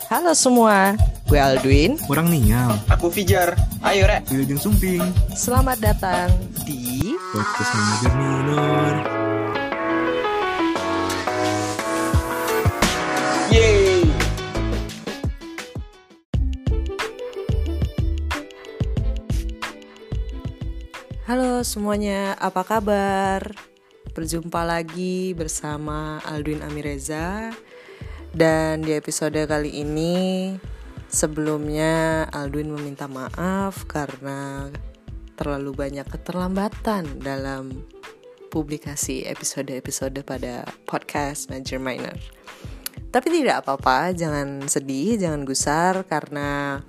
Halo semua, gue Aldwin. Kurang Niam. Aku Fijar. Ayo Rek. Wilujeng Sumping. Selamat datang di Podcast Manajer Minor. Yeay. Halo semuanya, apa kabar? Berjumpa lagi bersama Aldwin Amireza. Dan di episode kali ini, sebelumnya Aldwin meminta maaf karena terlalu banyak keterlambatan dalam publikasi episode-episode pada podcast Major Minor. Tapi tidak apa-apa, jangan sedih, jangan gusar, karena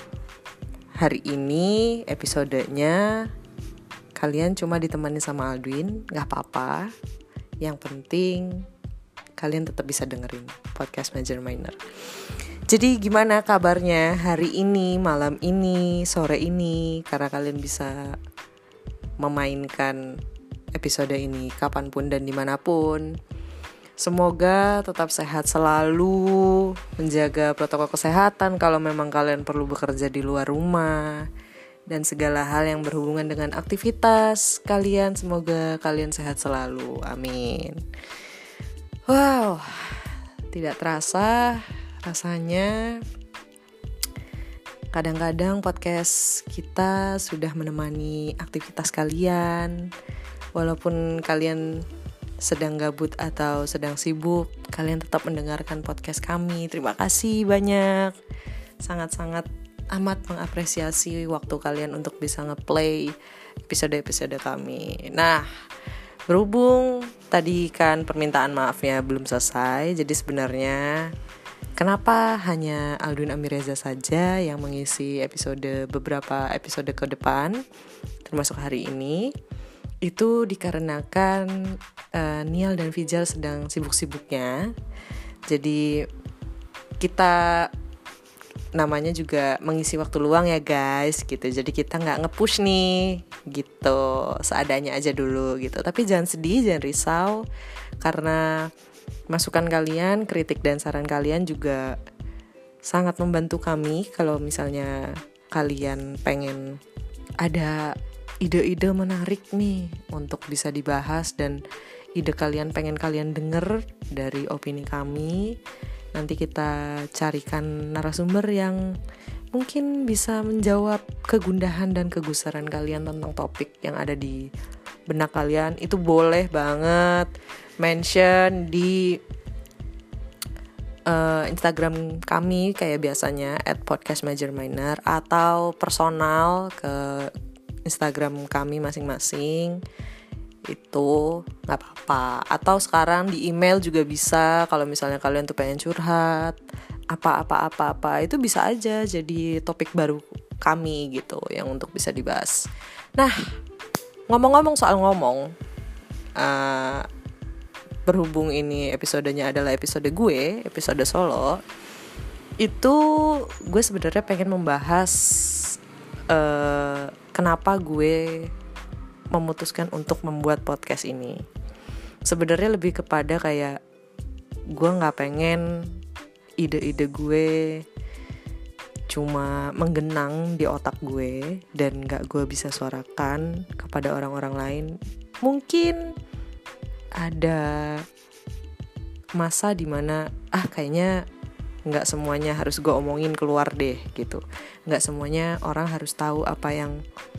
hari ini episodenya kalian cuma ditemani sama Aldwin, gak apa-apa. Yang penting kalian tetap bisa dengerin podcast Major Minor. Jadi gimana kabarnya hari ini, malam ini, sore ini, karena kalian bisa memainkan episode ini kapanpun dan dimanapun. Semoga tetap sehat selalu, menjaga protokol kesehatan kalau memang kalian perlu bekerja di luar rumah, dan segala hal yang berhubungan dengan aktivitas kalian, semoga kalian sehat selalu, amin. Wow, tidak terasa rasanya kadang-kadang podcast kita sudah menemani aktivitas kalian. Walaupun kalian sedang gabut atau sedang sibuk, kalian tetap mendengarkan podcast kami. Terima kasih banyak, sangat-sangat amat mengapresiasi waktu kalian untuk bisa ngeplay episode-episode kami. Nah, berhubung tadi kan permintaan maafnya belum selesai, jadi sebenarnya kenapa hanya Aldwin Amireza saja yang mengisi beberapa episode ke depan, termasuk hari ini, itu dikarenakan Nial dan Fijar sedang sibuk-sibuknya. Jadi kita namanya juga mengisi waktu luang ya guys gitu. Jadi kita gak nge-push nih gitu, seadanya aja dulu gitu. Tapi jangan sedih, jangan risau, karena masukan kalian, kritik dan saran kalian juga sangat membantu kami. Kalau misalnya kalian pengen ada ide-ide menarik nih untuk bisa dibahas, dan ide kalian pengen kalian denger dari opini kami, nanti kita carikan narasumber yang mungkin bisa menjawab kegundahan dan kegusaran kalian tentang topik yang ada di benak kalian. Itu boleh banget mention di Instagram kami kayak biasanya @podcastmajorminor, atau personal ke Instagram kami masing-masing. Itu gak apa-apa. Atau sekarang di email juga bisa. Kalau misalnya kalian tuh pengen curhat apa-apa, itu bisa aja jadi topik baru kami gitu, yang untuk bisa dibahas. Nah, ngomong-ngomong soal ngomong, berhubung ini episodenya adalah episode gue, episode solo, itu gue sebenarnya pengen membahas kenapa gue memutuskan untuk membuat podcast ini. Sebenarnya lebih kepada kayak gue nggak pengen ide-ide gue cuma menggenang di otak gue dan nggak gue bisa suarakan kepada orang-orang lain. Mungkin ada masa dimana kayaknya nggak semuanya harus gue omongin keluar deh gitu. Nggak semuanya orang harus tahu apa yang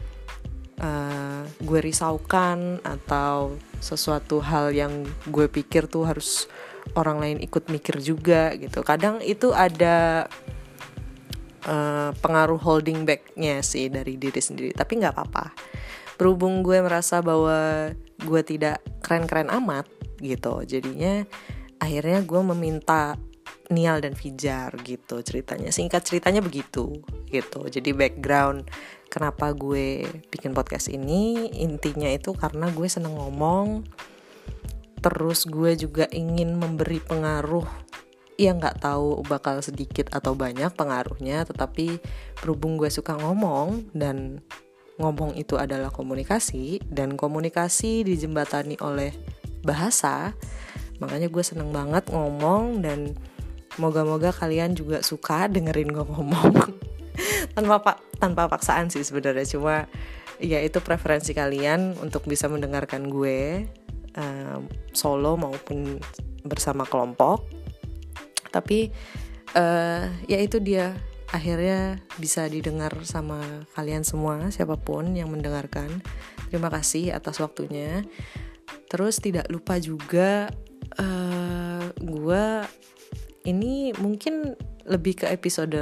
gue risaukan, atau sesuatu hal yang gue pikir tuh harus orang lain ikut mikir juga gitu. Kadang itu ada pengaruh holding back-nya sih dari diri sendiri, tapi gak apa-apa. Berhubung gue merasa bahwa gue tidak keren-keren amat gitu, jadinya akhirnya gue meminta Nial dan Fijar gitu ceritanya. Singkat ceritanya begitu gitu. Jadi background kenapa gue bikin podcast ini, intinya itu karena gue seneng ngomong. Terus gue juga ingin memberi pengaruh, ya gak tahu bakal sedikit atau banyak pengaruhnya, tetapi berhubung gue suka ngomong, dan ngomong itu adalah komunikasi, dan komunikasi dijembatani oleh bahasa, makanya gue seneng banget ngomong. Dan Moga-moga kalian juga suka dengerin gue ngomong tanpa paksaan sih sebenarnya, cuma ya itu preferensi kalian untuk bisa mendengarkan gue solo maupun bersama kelompok. Tapi ya itu dia, akhirnya bisa didengar sama kalian semua, siapapun yang mendengarkan. Terima kasih atas waktunya. Terus tidak lupa juga gue ini mungkin lebih ke episode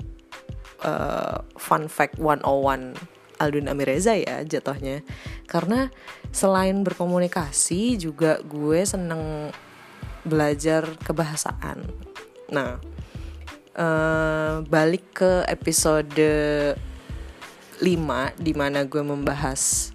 fun fact 101 Aldun Amireza ya jatuhnya. Karena selain berkomunikasi juga gue seneng belajar kebahasaan. Nah, balik ke episode 5 di mana gue membahas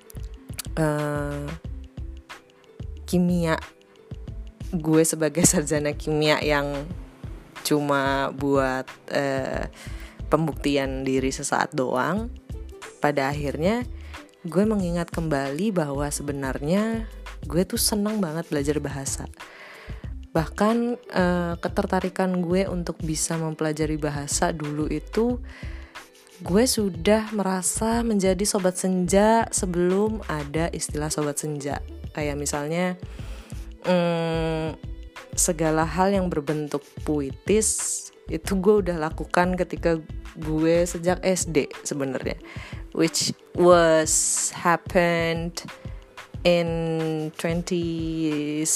kimia, gue sebagai sarjana kimia yang cuma buat pembuktian diri sesaat doang. Pada akhirnya gue mengingat kembali bahwa sebenarnya gue tuh seneng banget belajar bahasa. Bahkan ketertarikan gue untuk bisa mempelajari bahasa dulu itu gue sudah merasa menjadi sobat senja sebelum ada istilah sobat senja. Kayak misalnya segala hal yang berbentuk puitis itu gue udah lakukan ketika gue sejak SD sebenarnya, which was happened in 2006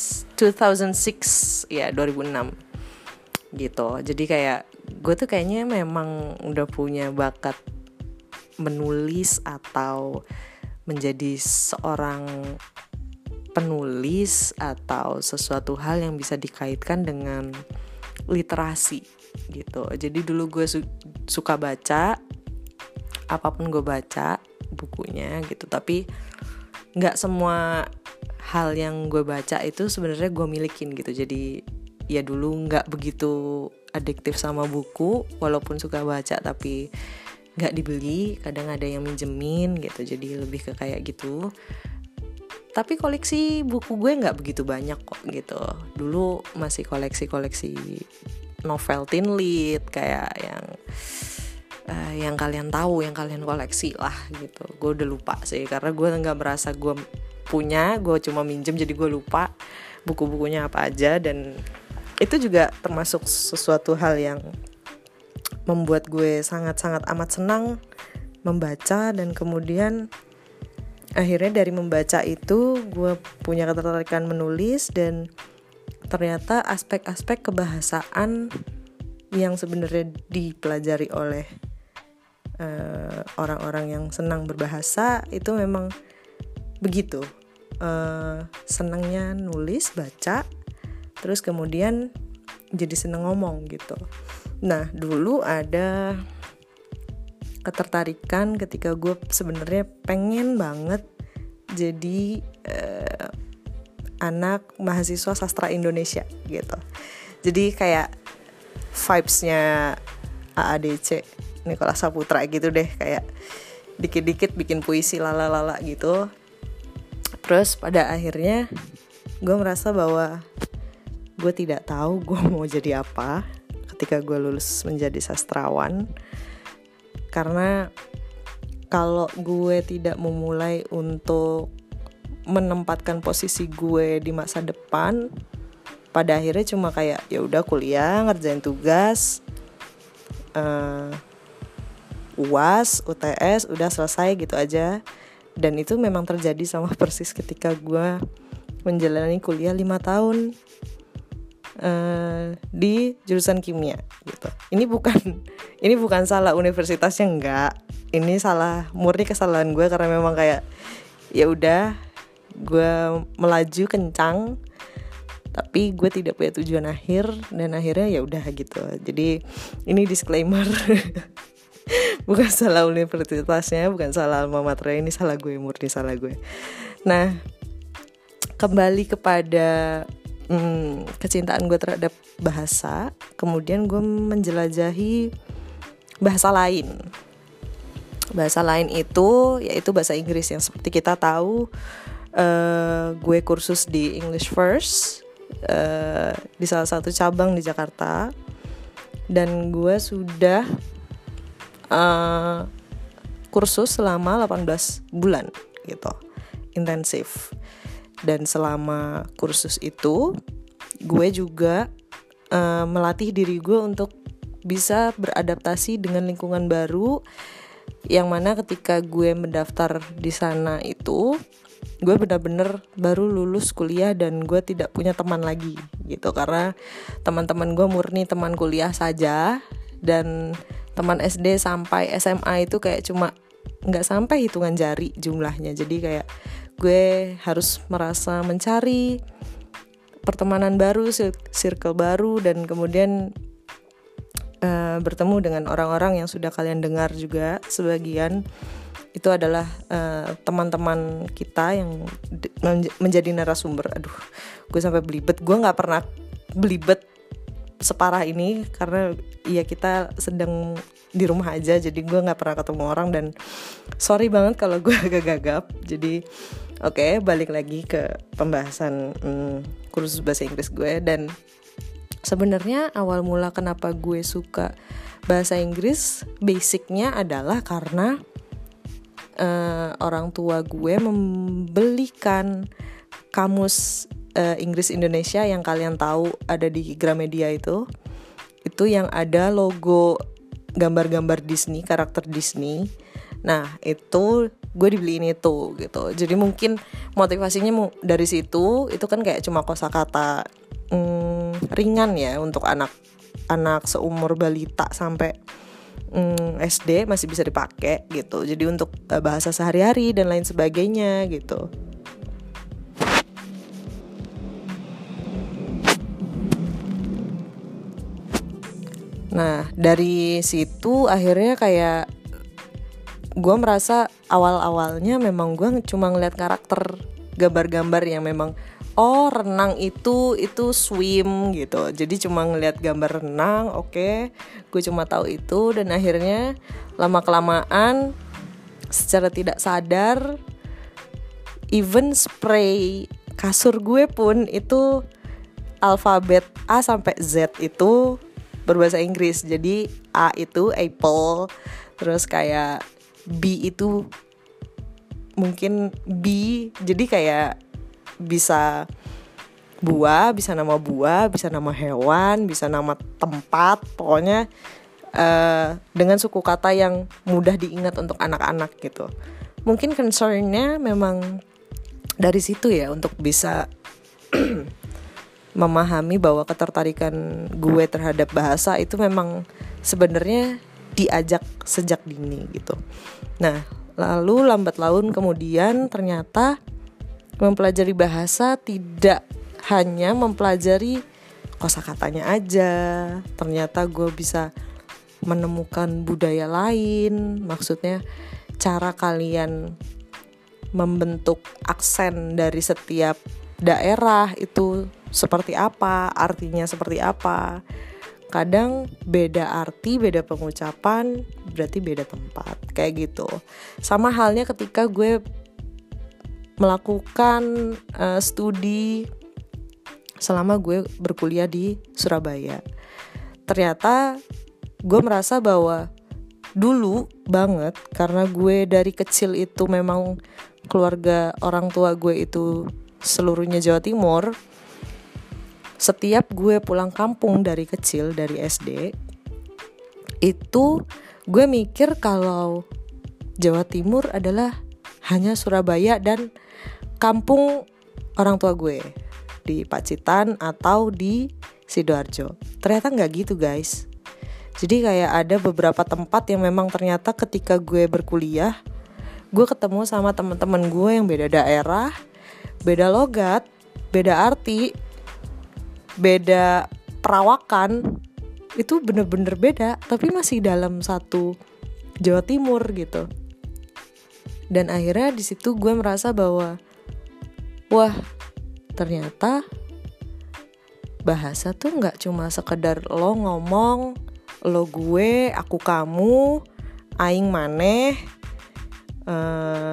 ya, 2006 gitu. Jadi kayak gue tuh kayaknya memang udah punya bakat menulis atau menjadi seorang penulis atau sesuatu hal yang bisa dikaitkan dengan literasi gitu. Jadi dulu gue suka baca, apapun gue baca bukunya gitu. Tapi nggak semua hal yang gue baca itu sebenarnya gue milikin gitu. Jadi ya dulu nggak begitu adiktif sama buku, walaupun suka baca tapi nggak dibeli. Kadang ada yang minjemin gitu. Jadi lebih ke kayak gitu. Tapi koleksi buku gue nggak begitu banyak kok gitu. Dulu masih koleksi novel teen lit kayak yang kalian tahu, yang kalian koleksi lah gitu. Gue udah lupa sih karena gue nggak merasa gue punya, gue cuma minjem jadi gue lupa buku-bukunya apa aja. Dan itu juga termasuk sesuatu hal yang membuat gue sangat-sangat amat senang membaca. Dan kemudian akhirnya dari membaca itu gue punya ketertarikan menulis, dan ternyata aspek-aspek kebahasaan yang sebenarnya dipelajari oleh orang-orang yang senang berbahasa itu memang begitu. Senangnya nulis, baca, terus kemudian jadi senang ngomong gitu. Nah, dulu ada ketertarikan ketika gue sebenarnya pengen banget jadi anak mahasiswa sastra Indonesia gitu. Jadi kayak vibes-nya AADC Nicholas Saputra gitu deh, kayak dikit-dikit bikin puisi lala-lala gitu. Terus pada akhirnya gue merasa bahwa gue tidak tahu gue mau jadi apa ketika gue lulus menjadi sastrawan. Karena kalau gue tidak memulai untuk menempatkan posisi gue di masa depan, pada akhirnya cuma kayak ya udah kuliah, ngerjain tugas, UAS, UTS, udah selesai gitu aja. Dan itu memang terjadi sama persis ketika gue menjalani kuliah 5 tahun di jurusan kimia gitu. Ini bukan salah universitasnya, enggak. Ini salah, murni kesalahan gue karena memang kayak ya udah gue melaju kencang tapi gue tidak punya tujuan akhir, dan akhirnya ya udah gitu. Jadi ini disclaimer. Bukan salah universitasnya, bukan salah alma mater, ini salah gue, murni salah gue. Nah, kembali kepada kecintaan gue terhadap bahasa. Kemudian gue menjelajahi bahasa lain. Bahasa lain itu yaitu bahasa Inggris, yang seperti kita tahu gue kursus di English First di salah satu cabang di Jakarta, dan gue sudah kursus selama 18 bulan gitu, intensif. Dan selama kursus itu gue juga melatih diri gue untuk bisa beradaptasi dengan lingkungan baru, yang mana ketika gue mendaftar di sana itu gue benar-benar baru lulus kuliah dan gue tidak punya teman lagi gitu, karena teman-teman gue murni teman kuliah saja, dan teman SD sampai SMA itu kayak cuma nggak sampai hitungan jari jumlahnya. Jadi kayak gue harus merasa mencari pertemanan baru, circle baru, dan kemudian bertemu dengan orang-orang yang sudah kalian dengar juga sebagian. Itu adalah teman-teman kita yang menjadi narasumber. Aduh, gue sampai belibet. Gue nggak pernah belibet separah ini karena ya kita sedang di rumah aja, jadi gue nggak pernah ketemu orang, dan sorry banget kalau gue agak gagap. Jadi oke, balik lagi ke pembahasan kursus bahasa Inggris gue. Dan sebenarnya awal mula kenapa gue suka bahasa Inggris, basicnya adalah karena orang tua gue membelikan kamus Inggris Indonesia yang kalian tahu ada di Gramedia itu yang ada logo gambar-gambar Disney, karakter Disney. Nah itu gue dibeliin itu gitu. Jadi mungkin motivasinya dari situ. Itu kan kayak cuma kosakata ringan ya untuk anak seumur balita sampai SD masih bisa dipakai gitu. Jadi untuk bahasa sehari-hari dan lain sebagainya gitu. Nah dari situ akhirnya kayak gue merasa awal-awalnya memang gue cuma ngeliat karakter gambar-gambar yang memang renang itu swim gitu. Jadi cuma ngeliat gambar renang, oke, gue cuma tahu itu. Dan akhirnya lama-kelamaan secara tidak sadar, even spray kasur gue pun itu alfabet A sampai Z itu berbahasa Inggris. Jadi A itu apple, terus kayak B itu mungkin B, jadi kayak bisa buah, bisa nama buah, bisa nama hewan, bisa nama tempat, pokoknya dengan suku kata yang mudah diingat untuk anak-anak gitu. Mungkin concernnya memang dari situ ya, untuk bisa memahami bahwa ketertarikan gue terhadap bahasa itu memang sebenarnya diajak sejak dini gitu. Nah, lalu lambat laun kemudian ternyata mempelajari bahasa tidak hanya mempelajari kosakatanya aja. Ternyata gue bisa menemukan budaya lain. Maksudnya cara kalian membentuk aksen dari setiap daerah itu seperti apa, artinya seperti apa. Kadang beda arti, beda pengucapan, berarti beda tempat, kayak gitu. Sama halnya ketika gue melakukan studi selama gue berkuliah di Surabaya. Ternyata gue merasa bahwa dulu banget, karena gue dari kecil itu memang keluarga orang tua gue itu seluruhnya Jawa Timur. Setiap gue pulang kampung dari kecil, dari SD, itu gue mikir kalau Jawa Timur adalah hanya Surabaya dan kampung orang tua gue di Pacitan atau di Sidoarjo. Ternyata nggak gitu guys. Jadi kayak ada beberapa tempat yang memang ternyata ketika gue berkuliah, gue ketemu sama teman-teman gue yang beda daerah, beda logat, beda arti, beda perawakan, itu bener-bener beda, tapi masih dalam satu Jawa Timur gitu. Dan akhirnya di situ gue merasa bahwa wah, ternyata bahasa tuh nggak cuma sekedar lo ngomong, lo gue, aku kamu, aing maneh,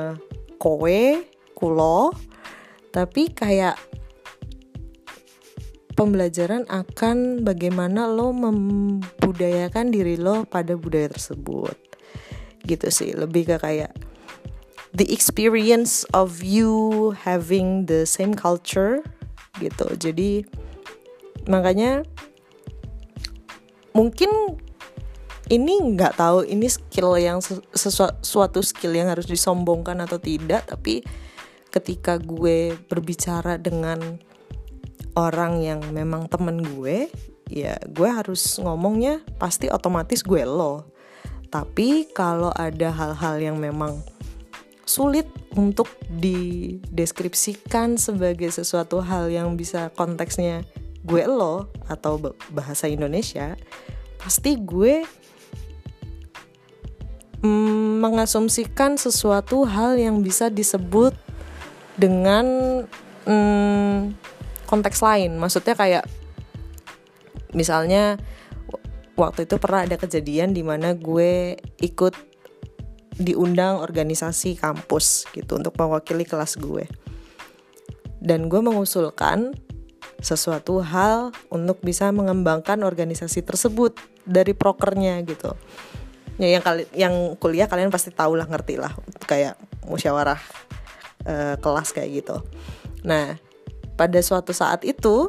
kowe, kulo, tapi kayak pembelajaran akan bagaimana lo membudayakan diri lo pada budaya tersebut. Gitu sih, lebih ke kayak the experience of you having the same culture gitu. Jadi makanya mungkin ini nggak tahu ini skill yang suatu skill yang harus disombongkan atau tidak, tapi ketika gue berbicara dengan orang yang memang temen gue, ya gue harus ngomongnya pasti otomatis gue lo. Tapi kalau ada hal-hal yang memang sulit untuk dideskripsikan sebagai sesuatu hal yang bisa konteksnya gue lo atau bahasa Indonesia, pasti gue mengasumsikan sesuatu hal yang bisa disebut dengan konteks lain. Maksudnya kayak misalnya waktu itu pernah ada kejadian di mana gue ikut diundang organisasi kampus gitu untuk mewakili kelas gue. Dan gue mengusulkan sesuatu hal untuk bisa mengembangkan organisasi tersebut dari prokernya gitu. Ya yang kuliah kalian pasti tahu lah, ngerti lah, kayak musyawarah kelas kayak gitu. Nah, pada suatu saat itu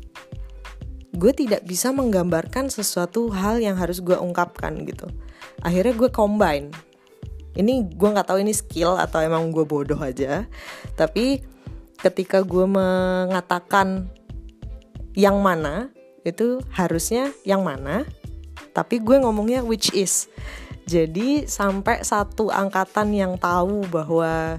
gue tidak bisa menggambarkan sesuatu hal yang harus gue ungkapkan gitu. Akhirnya gue combine. Ini gue nggak tahu ini skill atau emang gue bodoh aja. Tapi ketika gue mengatakan yang mana, itu harusnya yang mana, tapi gue ngomongnya which is. Jadi sampai satu angkatan yang tahu bahwa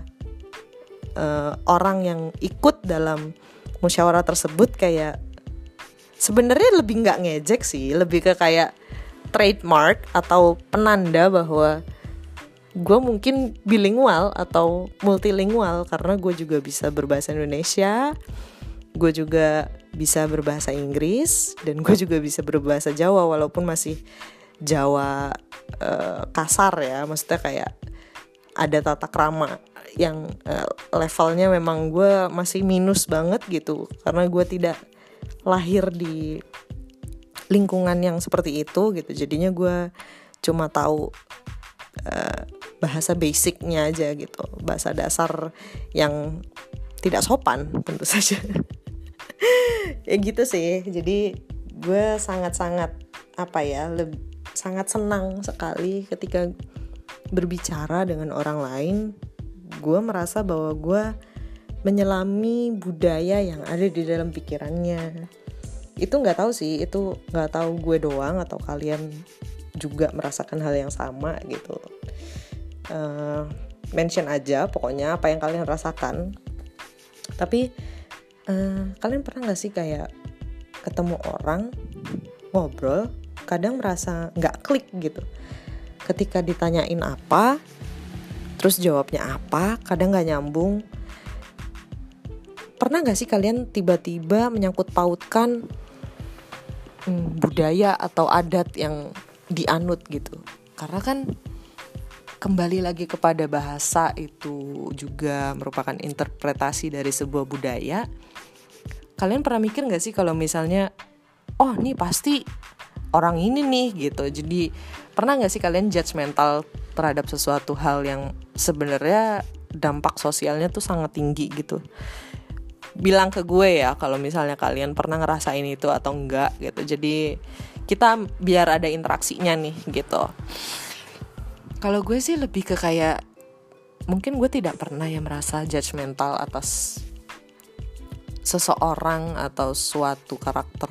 orang yang ikut dalam musyawarah tersebut kayak sebenarnya lebih nggak ngejek sih, lebih ke kayak trademark atau penanda bahwa gue mungkin bilingual atau multilingual karena gue juga bisa berbahasa Indonesia, gue juga bisa berbahasa Inggris, dan gue juga bisa berbahasa Jawa walaupun masih Jawa kasar ya, maksudnya kayak ada tata krama yang levelnya memang gue masih minus banget gitu karena gue tidak lahir di lingkungan yang seperti itu gitu. Jadinya gue cuma tahu bahasa basicnya aja gitu, bahasa dasar yang tidak sopan tentu saja. Ya gitu sih. Jadi gue sangat-sangat sangat senang sekali ketika berbicara dengan orang lain. Gue merasa bahwa gue menyelami budaya yang ada di dalam pikirannya. Itu nggak tahu sih, itu nggak tahu gue doang atau kalian juga merasakan hal yang sama gitu. Mention aja pokoknya apa yang kalian rasakan. Tapi kalian pernah nggak sih kayak ketemu orang ngobrol, kadang merasa nggak klik gitu. Ketika ditanyain apa, terus jawabnya apa, kadang nggak nyambung. Pernah nggak sih kalian tiba-tiba menyangkut pautkan budaya atau adat yang dianut gitu? Karena kan kembali lagi kepada bahasa, itu juga merupakan interpretasi dari sebuah budaya. Kalian pernah mikir nggak sih kalau misalnya, oh nih pasti orang ini nih gitu. Jadi pernah nggak sih kalian judgmental terhadap sesuatu hal yang sebenarnya dampak sosialnya tuh sangat tinggi gitu? Bilang ke gue ya kalau misalnya kalian pernah ngerasain itu atau enggak gitu. Jadi kita biar ada interaksinya nih gitu. Kalau gue sih lebih ke kayak, mungkin gue tidak pernah ya merasa judgmental atas seseorang atau suatu karakter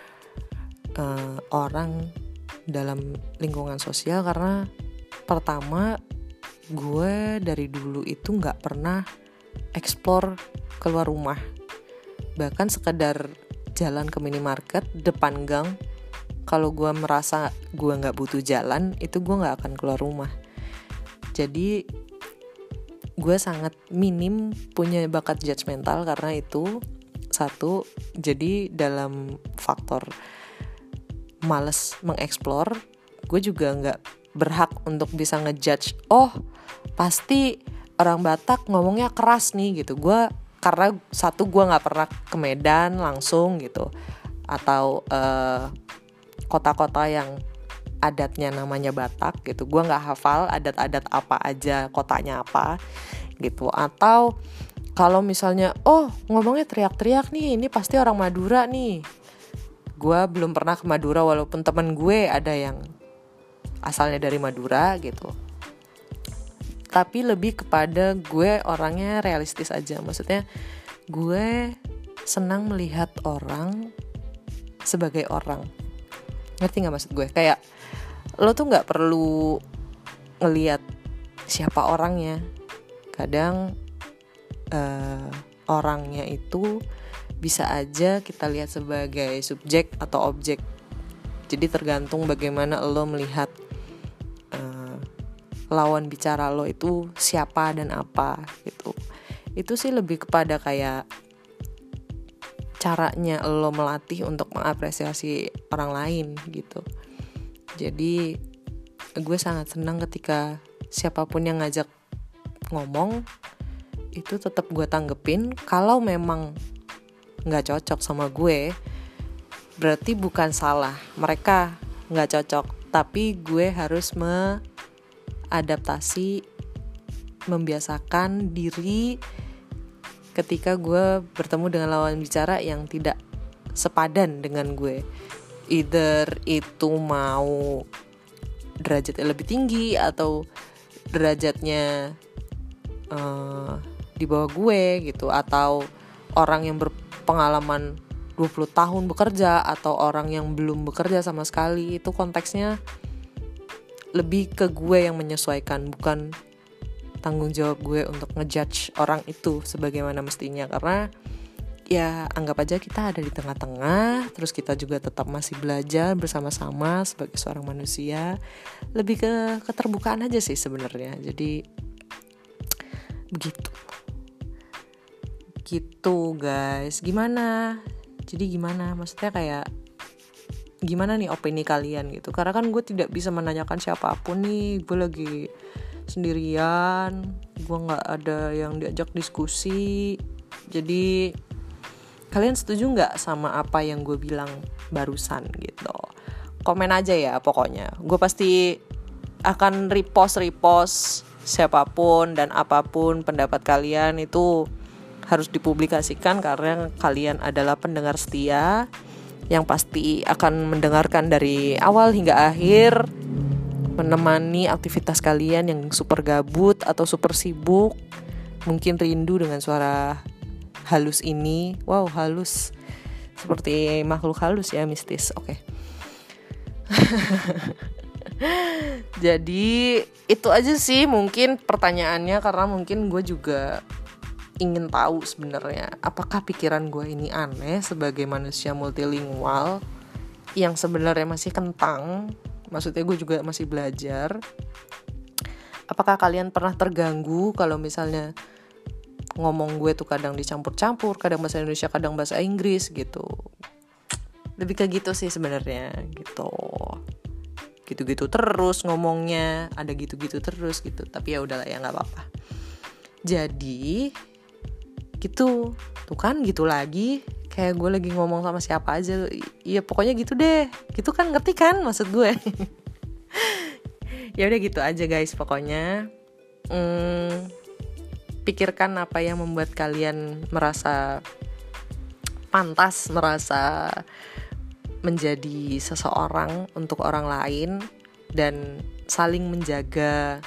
orang dalam lingkungan sosial. Karena pertama, gue dari dulu itu gak pernah explore keluar rumah. Bahkan sekedar jalan ke minimarket depan gang, kalau gue merasa gue gak butuh jalan, itu gue gak akan keluar rumah. Jadi gue sangat minim punya bakat judgmental karena itu. Satu, jadi dalam faktor males mengeksplor, gue juga gak berhak untuk bisa ngejudge, oh pasti orang Batak ngomongnya keras nih gitu. Karena satu, gue gak pernah ke Medan langsung gitu, atau kota-kota yang adatnya namanya Batak gitu. Gue nggak hafal adat-adat apa aja, kotanya apa gitu. Atau kalau misalnya ngomongnya teriak-teriak nih, ini pasti orang Madura nih. Gue belum pernah ke Madura walaupun temen gue ada yang asalnya dari Madura gitu. Tapi lebih kepada gue orangnya realistis aja. Maksudnya gue senang melihat orang sebagai orang. Ngerti gak maksud gue? Kayak lo tuh gak perlu ngelihat siapa orangnya. Kadang orangnya itu bisa aja kita lihat sebagai subjek atau objek. Jadi tergantung bagaimana lo melihat lawan bicara lo itu siapa dan apa gitu. Itu sih lebih kepada kayak caranya lo melatih untuk mengapresiasi orang lain gitu. Jadi gue sangat senang ketika siapapun yang ngajak ngomong itu tetap gue tanggepin. Kalau memang gak cocok sama gue, berarti bukan salah mereka gak cocok, tapi gue harus adaptasi, membiasakan diri ketika gue bertemu dengan lawan bicara yang tidak sepadan dengan gue. Either itu mau derajatnya lebih tinggi atau derajatnya di bawah gue gitu, atau orang yang berpengalaman 20 tahun bekerja atau orang yang belum bekerja sama sekali. Itu konteksnya lebih ke gue yang menyesuaikan, bukan tanggung jawab gue untuk ngejudge orang itu sebagaimana mestinya. Karena ya anggap aja kita ada di tengah-tengah, terus kita juga tetap masih belajar bersama-sama sebagai seorang manusia. Lebih ke keterbukaan aja sih sebenarnya. Jadi begitu guys. Gimana maksudnya kayak gimana nih opini kalian gitu. Karena kan gue tidak bisa menanyakan siapapun nih, gue lagi sendirian, gue gak ada yang diajak diskusi. Jadi kalian setuju gak sama apa yang gue bilang barusan gitu? Komen aja ya pokoknya. Gue pasti akan repost siapapun dan apapun pendapat kalian itu harus dipublikasikan, karena kalian adalah pendengar setia yang pasti akan mendengarkan dari awal hingga akhir, menemani aktivitas kalian yang super gabut atau super sibuk, mungkin rindu dengan suara halus ini. Wow, halus, seperti makhluk halus ya, mistis. Oke. Jadi itu aja sih mungkin pertanyaannya, karena mungkin gue juga ingin tahu sebenarnya apakah pikiran gue ini aneh sebagai manusia multilingual yang sebenarnya masih kentang. Maksudnya gue juga masih belajar. Apakah kalian pernah terganggu kalau misalnya ngomong gue tuh kadang dicampur-campur, kadang bahasa Indonesia, kadang bahasa Inggris gitu. Lebih ke gitu sih sebenarnya gitu. Gitu-gitu terus ngomongnya, ada gitu-gitu terus gitu. Tapi ya udahlah ya, nggak apa-apa. Jadi gitu, tuh kan gitu lagi, kayak gue lagi ngomong sama siapa aja. Iya pokoknya gitu deh, gitu kan, ngerti kan maksud gue. Ya udah gitu aja guys pokoknya. Pikirkan apa yang membuat kalian merasa pantas, merasa menjadi seseorang untuk orang lain, dan saling menjaga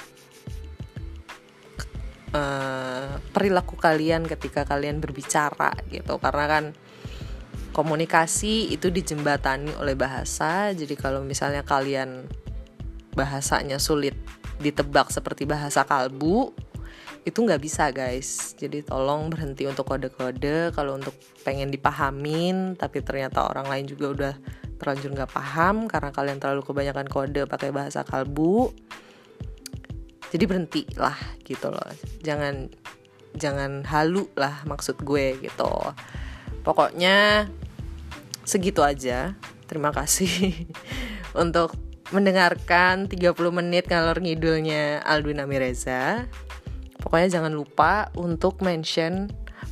perilaku kalian ketika kalian berbicara gitu. Karena kan komunikasi itu dijembatani oleh bahasa. Jadi kalau misalnya kalian bahasanya sulit ditebak seperti bahasa kalbu, itu nggak bisa guys. Jadi tolong berhenti untuk kode-kode. Kalau untuk pengen dipahamin tapi ternyata orang lain juga udah terlanjur nggak paham karena kalian terlalu kebanyakan kode pakai bahasa kalbu, jadi berhenti lah gitu loh. Jangan halu lah maksud gue gitu. Pokoknya segitu aja. Terima kasih untuk mendengarkan 30 menit ngalor ngidulnya Aldwin Amireza. Pokoknya jangan lupa untuk mention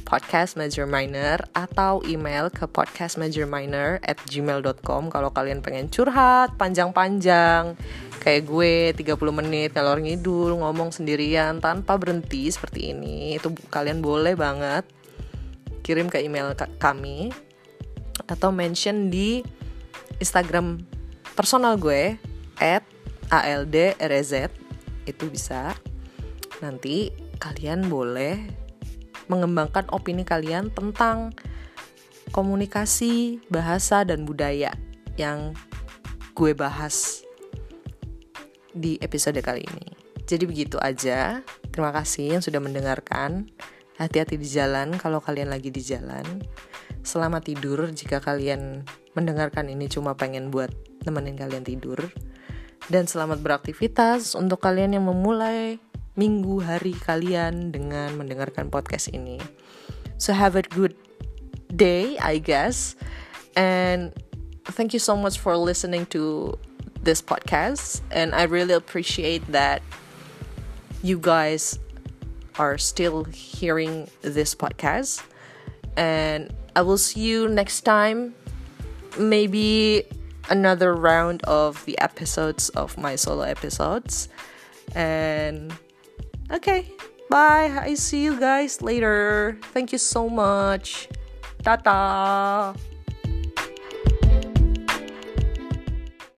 @podcastmajorminor atau email ke podcastmajorminor@gmail.com kalau kalian pengen curhat panjang-panjang kayak gue 30 menit ngalor ngidul ngomong sendirian tanpa berhenti seperti ini. Itu kalian boleh banget kirim ke email kami atau mention di Instagram personal gue @aldrez. Itu bisa. Nanti kalian boleh mengembangkan opini kalian tentang komunikasi, bahasa, dan budaya yang gue bahas di episode kali ini. Jadi begitu aja. Terima kasih yang sudah mendengarkan. Hati-hati di jalan kalau kalian lagi di jalan. Selamat tidur jika kalian mendengarkan ini cuma pengen buat nemenin kalian tidur. Dan selamat beraktivitas untuk kalian yang memulai minggu hari kalian dengan mendengarkan podcast ini. So have a good day, I guess. And thank you so much for listening to this podcast. And I really appreciate that you guys are still hearing this podcast. And I will see you next time. Maybe another round of the episodes of my solo episodes. And okay, bye. I see you guys later. Thank you so much. Tata.